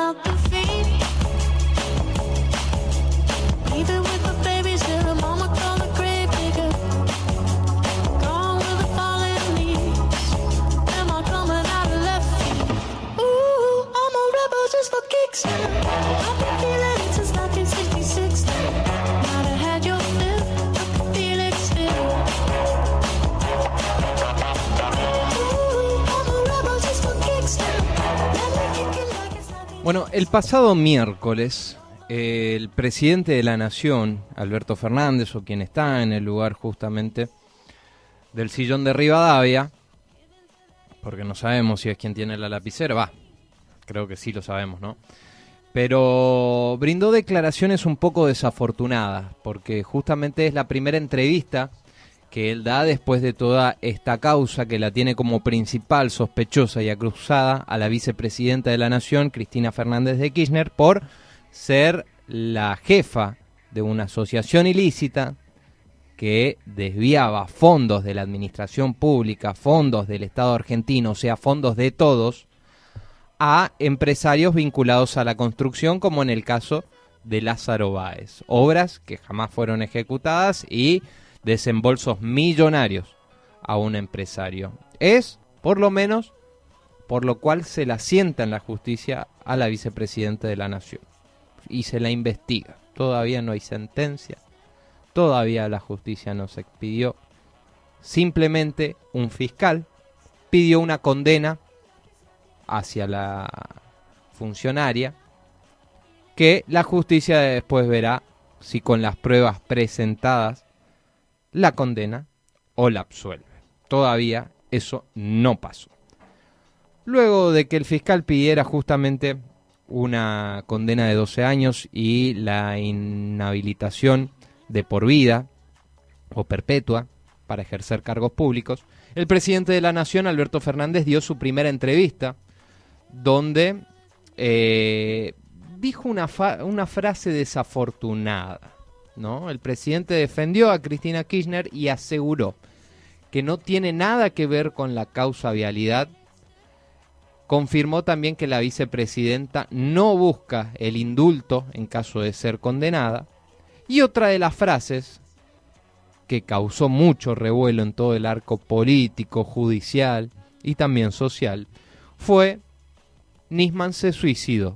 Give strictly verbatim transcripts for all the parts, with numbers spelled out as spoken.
out the feet. Even with the babies, little mama call the grave digger. Gone with the falling leaves. Am I coming out of left field? Ooh, I'm a rebel just for kicks now. I've been feeling it since nineteen sixty-six now. Might have had your fill, I can feel it still. Ooh, I'm a rebel just for kicks now. Let me kick it like it's nineteen. Bueno, el pasado miércoles, eh, el presidente de la Nación, Alberto Fernández, o quien está en el lugar justamente del sillón de Rivadavia, porque no sabemos si es quien tiene la lapicera, va, creo que sí lo sabemos, ¿no? Pero brindó declaraciones un poco desafortunadas, porque justamente es la primera entrevista que él da después de toda esta causa que la tiene como principal sospechosa y acusada a la vicepresidenta de la Nación, Cristina Fernández de Kirchner, por ser la jefa de una asociación ilícita que desviaba fondos de la administración pública, fondos del Estado argentino, o sea, fondos de todos, a empresarios vinculados a la construcción, como en el caso de Lázaro Báez. Obras que jamás fueron ejecutadas y desembolsos millonarios a un empresario. Es, por lo menos, por lo cual se la sienta en la justicia a la vicepresidenta de la Nación. Y se la investiga. Todavía no hay sentencia. Todavía la justicia no se expidió. Simplemente un fiscal pidió una condena hacia la funcionaria, que la justicia después verá si con las pruebas presentadas la condena o la absuelve. Todavía eso no pasó. Luego de que el fiscal pidiera justamente una condena de doce años y la inhabilitación de por vida o perpetua para ejercer cargos públicos, el presidente de la Nación, Alberto Fernández, dio su primera entrevista donde eh, dijo una, fa- una frase desafortunada, ¿no? El presidente defendió a Cristina Kirchner y aseguró que no tiene nada que ver con la causa vialidad. Confirmó también que la vicepresidenta no busca el indulto en caso de ser condenada. Y otra de las frases que causó mucho revuelo en todo el arco político, judicial y también social fue: Nisman se suicidó.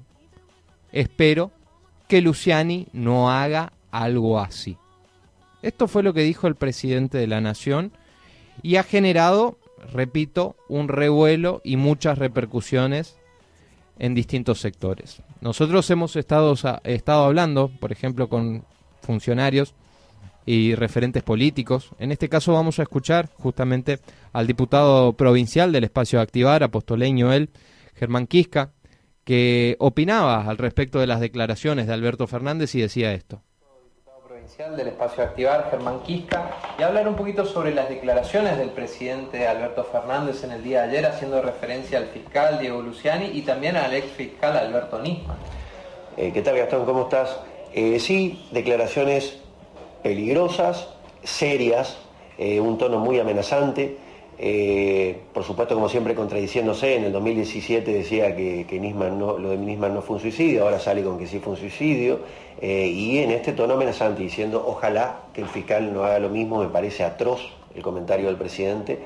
Espero que Luciani no haga algo así. Esto fue lo que dijo el presidente de la Nación y ha generado, repito, un revuelo y muchas repercusiones en distintos sectores. Nosotros hemos estado, estado hablando, por ejemplo, con funcionarios y referentes políticos. En este caso vamos a escuchar justamente al diputado provincial del Espacio Activar, apostoleño él, Germán Quisca, que opinaba al respecto de las declaraciones de Alberto Fernández y decía esto. Provincial del Espacio Activar, Germán Quisca, y hablar un poquito sobre las declaraciones del presidente Alberto Fernández en el día de ayer, haciendo referencia al fiscal Diego Luciani y también al ex fiscal Alberto Nisman. Eh, ¿Qué tal, Gastón? ¿Cómo estás? Eh, sí, declaraciones peligrosas, serias, eh, un tono muy amenazante. Eh, por supuesto, como siempre, contradiciéndose. En el dos mil diecisiete decía que, que Nisman no, lo de Nisman no fue un suicidio, ahora sale con que sí fue un suicidio, eh, y en este tono amenazante, diciendo ojalá que el fiscal no haga lo mismo. Me parece atroz el comentario del presidente,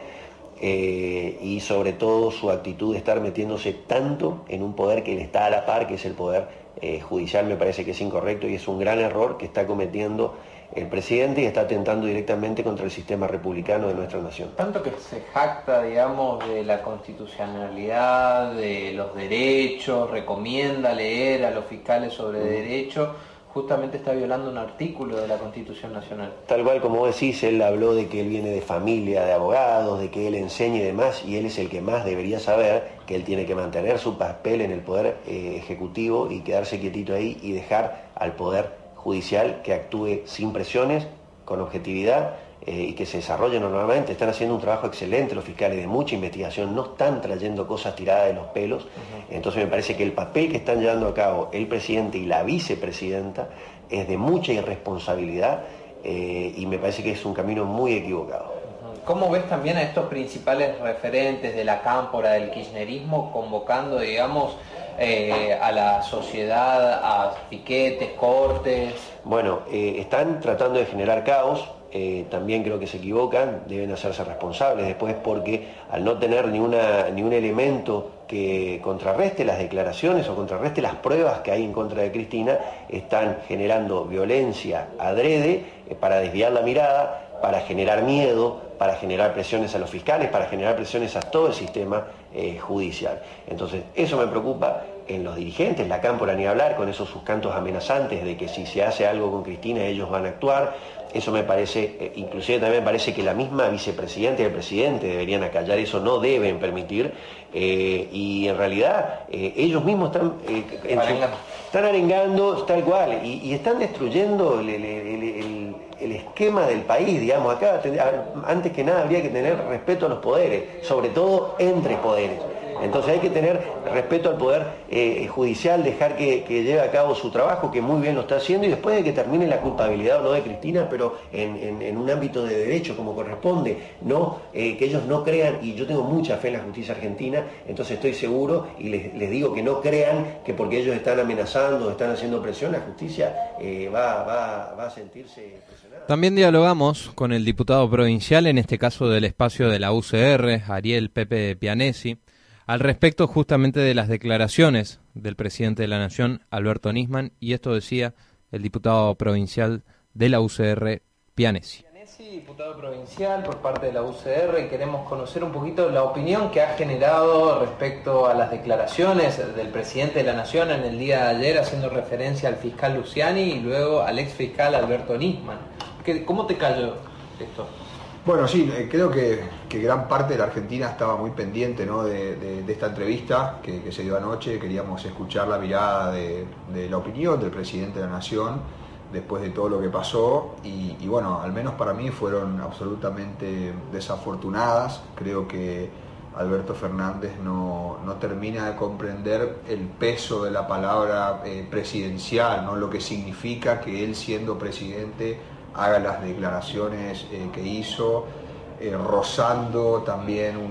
eh, y sobre todo su actitud de estar metiéndose tanto en un poder que le está a la par, que es el poder eh, judicial. Me parece que es incorrecto y es un gran error que está cometiendo el presidente y está atentando directamente contra el sistema republicano de nuestra nación. Tanto que se jacta, digamos, de la constitucionalidad, de los derechos, recomienda leer a los fiscales sobre mm. derecho, justamente está violando un artículo de la Constitución Nacional. Tal cual como vos decís, él habló de que él viene de familia de abogados, de que él enseña y demás, y él es el que más debería saber que él tiene que mantener su papel en el poder eh, ejecutivo y quedarse quietito ahí y dejar al poder judicial que actúe sin presiones, con objetividad, eh, y que se desarrolle normalmente. Están haciendo un trabajo excelente los fiscales, de mucha investigación, no están trayendo cosas tiradas de los pelos. Uh-huh. Entonces me parece que el papel que están llevando a cabo el presidente y la vicepresidenta es de mucha irresponsabilidad, eh, y me parece que es un camino muy equivocado. Uh-huh. ¿Cómo ves también a estos principales referentes de la cámpora del kirchnerismo convocando, digamos, eh, a la sociedad, a piquetes, cortes? Bueno, eh, están tratando de generar caos. Eh, también creo que se equivocan, deben hacerse responsables después, porque al no tener ni, una, ni un elemento que contrarreste las declaraciones o contrarreste las pruebas que hay en contra de Cristina, están generando violencia adrede eh, para desviar la mirada, para generar miedo, para generar presiones a los fiscales, para generar presiones a todo el sistema eh, judicial. Entonces, eso me preocupa en los dirigentes, la cámpora ni hablar, con esos sus cantos amenazantes de que si se hace algo con Cristina ellos van a actuar. Eso me parece, eh, inclusive también me parece que la misma vicepresidenta y el presidente deberían acallar, eso no deben permitir, eh, y en realidad eh, ellos mismos están, eh, en su, están arengando tal cual, y, y están destruyendo el, el, el, el, el esquema del país, digamos. Acá antes que nada habría que tener respeto a los poderes, sobre todo entre poderes. Entonces hay que tener respeto al poder eh, judicial, dejar que, que lleve a cabo su trabajo, que muy bien lo está haciendo, y después de que termine la culpabilidad o no de Cristina, pero en, en, en un ámbito de derecho como corresponde, no eh, que ellos no crean, y yo tengo mucha fe en la justicia argentina, entonces estoy seguro y les, les digo que no crean que porque ellos están amenazando, están haciendo presión, la justicia eh, va, va, va a sentirse presionada. También dialogamos con el diputado provincial, en este caso del espacio de la U C R, Ariel Pepe Pianesi, al respecto justamente de las declaraciones del presidente de la Nación, Alberto Nisman, y esto decía el diputado provincial de la U C R, Pianesi. Pianesi, diputado provincial por parte de la U C R, queremos conocer un poquito la opinión que ha generado respecto a las declaraciones del presidente de la Nación en el día de ayer, haciendo referencia al fiscal Luciani y luego al ex fiscal Alberto Nisman. ¿Cómo te cayó esto? Bueno, sí, creo que, que gran parte de la Argentina estaba muy pendiente, ¿no?, de, de, de esta entrevista que, que se dio anoche. Queríamos escuchar la mirada de, de la opinión del presidente de la Nación después de todo lo que pasó, y, y bueno, al menos para mí fueron absolutamente desafortunadas. Creo que Alberto Fernández no, no termina de comprender el peso de la palabra eh, presidencial, ¿no?, lo que significa que él, siendo presidente, haga las declaraciones eh, que hizo, eh, rozando también, un,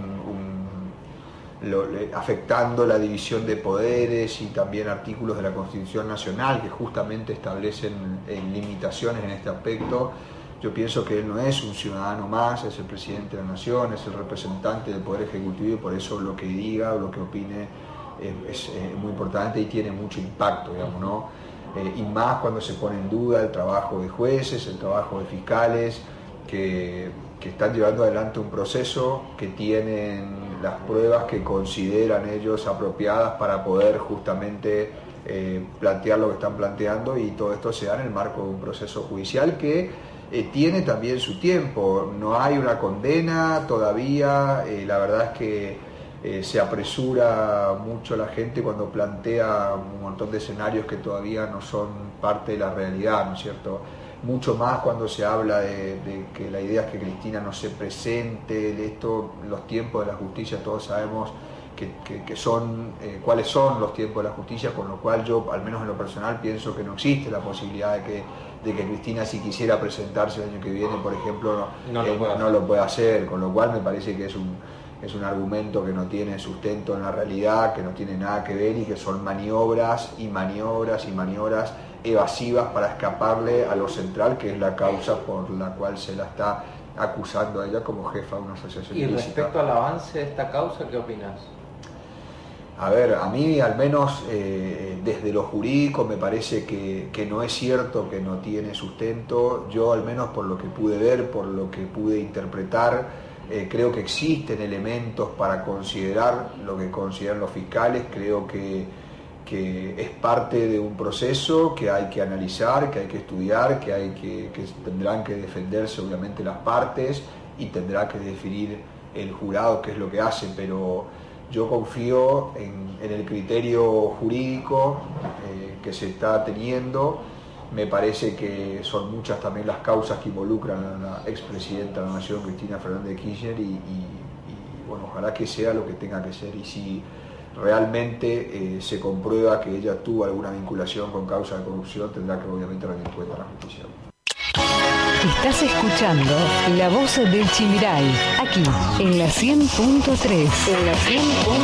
un, lo, le, afectando la división de poderes, y también artículos de la Constitución Nacional que justamente establecen eh, limitaciones en este aspecto. Yo pienso que él no es un ciudadano más, es el presidente de la Nación, es el representante del Poder Ejecutivo, y por eso lo que diga o lo que opine eh, es eh, muy importante y tiene mucho impacto, digamos, ¿no? Eh, y más cuando se pone en duda el trabajo de jueces, el trabajo de fiscales, que, que están llevando adelante un proceso, que tienen las pruebas que consideran ellos apropiadas para poder justamente eh, plantear lo que están planteando, y todo esto se da en el marco de un proceso judicial que eh, tiene también su tiempo. No hay una condena todavía, eh, la verdad es que Eh, se apresura mucho la gente cuando plantea un montón de escenarios que todavía no son parte de la realidad, ¿no es cierto? Mucho más cuando se habla de, de que la idea es que Cristina no se presente, de esto, los tiempos de la justicia, todos sabemos que, que, que son, eh, cuáles son los tiempos de la justicia, con lo cual yo, al menos en lo personal, pienso que no existe la posibilidad de que, de que Cristina, si quisiera presentarse el año que viene, por ejemplo, no, no, eh, lo, no lo pueda hacer, con lo cual me parece que es un es un argumento que no tiene sustento en la realidad, que no tiene nada que ver, y que son maniobras y maniobras y maniobras evasivas para escaparle a lo central, que es la causa por la cual se la está acusando a ella como jefa de una asociación ilícita. ¿Y ilícita. Respecto al avance de esta causa, qué opinas? A ver, a mí al menos eh, desde lo jurídico me parece que, que no es cierto que no tiene sustento. Yo, al menos por lo que pude ver, por lo que pude interpretar, Eh, creo que existen elementos para considerar lo que consideran los fiscales. Creo que, que es parte de un proceso que hay que analizar, que hay que estudiar, que, hay que, que tendrán que defenderse obviamente las partes, y tendrá que definir el jurado qué es lo que hace, pero yo confío en, en el criterio jurídico eh, que se está teniendo. Me parece que son muchas también las causas que involucran a la expresidenta de la Nación, Cristina Fernández de Kirchner, y, y, y bueno, ojalá que sea lo que tenga que ser, y si realmente eh, se comprueba que ella tuvo alguna vinculación con causa de corrupción, tendrá que obviamente rendir cuenta a la justicia. Estás escuchando La Voz del Chimirai, aquí en la cien punto tres. En la cien punto tres.